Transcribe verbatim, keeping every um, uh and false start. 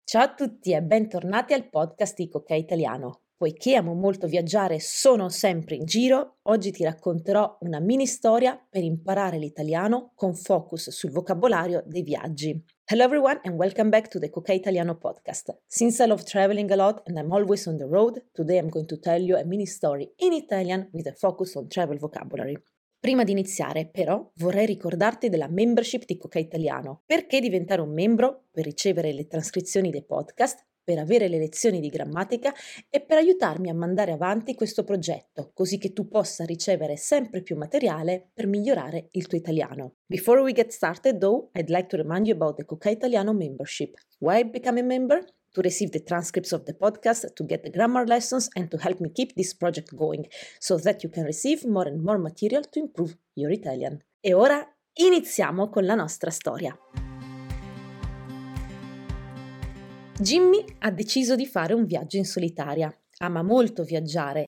Ciao a tutti e bentornati al podcast di Coca Italiano. Poiché amo molto viaggiare e sono sempre in giro, oggi ti racconterò una mini storia per imparare l'italiano con focus sul vocabolario dei viaggi. Hello everyone and welcome back to the Coca Italiano podcast. Since I love traveling a lot and I'm always on the road, today I'm going to tell you a mini story in Italian with a focus on travel vocabulary. Prima di iniziare, però, vorrei ricordarti della membership di Coca Italiano. Perché diventare un membro? Per ricevere le trascrizioni dei podcast, per avere le lezioni di grammatica e per aiutarmi a mandare avanti questo progetto, così che tu possa ricevere sempre più materiale per migliorare il tuo italiano. Before we get started, though, I'd like to remind you about the Coca Italiano membership. Why become a member? To receive the transcripts of the podcast, to get the grammar lessons, and to help me keep this project going, so that you can receive more and more material to improve your Italian. E ora iniziamo con la nostra storia. Jimmy ha deciso di fare un viaggio in solitaria. Ama molto viaggiare